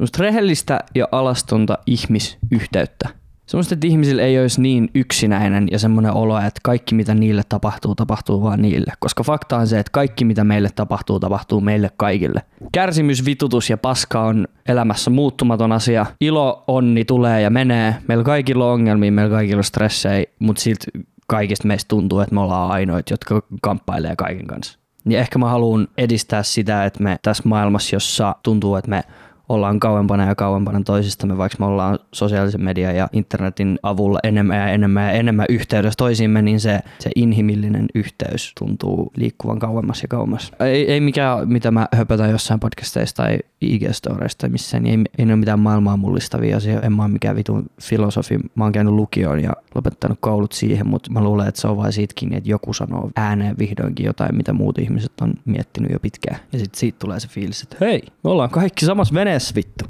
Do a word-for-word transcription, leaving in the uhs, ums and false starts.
semmoista rehellistä ja alastonta ihmisyhteyttä. Semmoista, että ihmisillä ei olisi niin yksinäinen ja semmoinen olo, että kaikki mitä niille tapahtuu, tapahtuu vaan niille. Koska fakta on se, että kaikki mitä meille tapahtuu, tapahtuu meille kaikille. Kärsimys, vitutus ja paska on elämässä muuttumaton asia. Ilo, onni tulee ja menee. Meillä kaikilla on ongelmia, meillä kaikilla on stressejä, mutta silti kaikista meistä tuntuu, että me ollaan ainoita, jotka kamppailee kaiken kanssa. Niin ehkä mä haluan edistää sitä, että me tässä maailmassa, jossa tuntuu, että me ollaan kauempana ja kauempana toisistamme, vaikka me ollaan sosiaalisen median ja internetin avulla enemmän ja enemmän ja enemmän yhteydessä toisiimme, niin se, se inhimillinen yhteys tuntuu liikkuvan kauemmas ja kauemmas. Ei, ei mikään, mitä mä höpötän jossain podcasteista tai I G-storeista tai missään, niin ei, ei ole mitään maailmaa mullistavia asioita. En mä ole mikään vitun filosofi. Mä oon käynyt lukioon ja lopettanut koulut siihen, mutta mä luulen, että se on vain siitäkin, että joku sanoo ääneen vihdoinkin jotain, mitä muut ihmiset on miettinyt jo pitkään. Ja sitten siitä tulee se fiilis, että hei, me ollaan kaikki samassa veneessä vittu.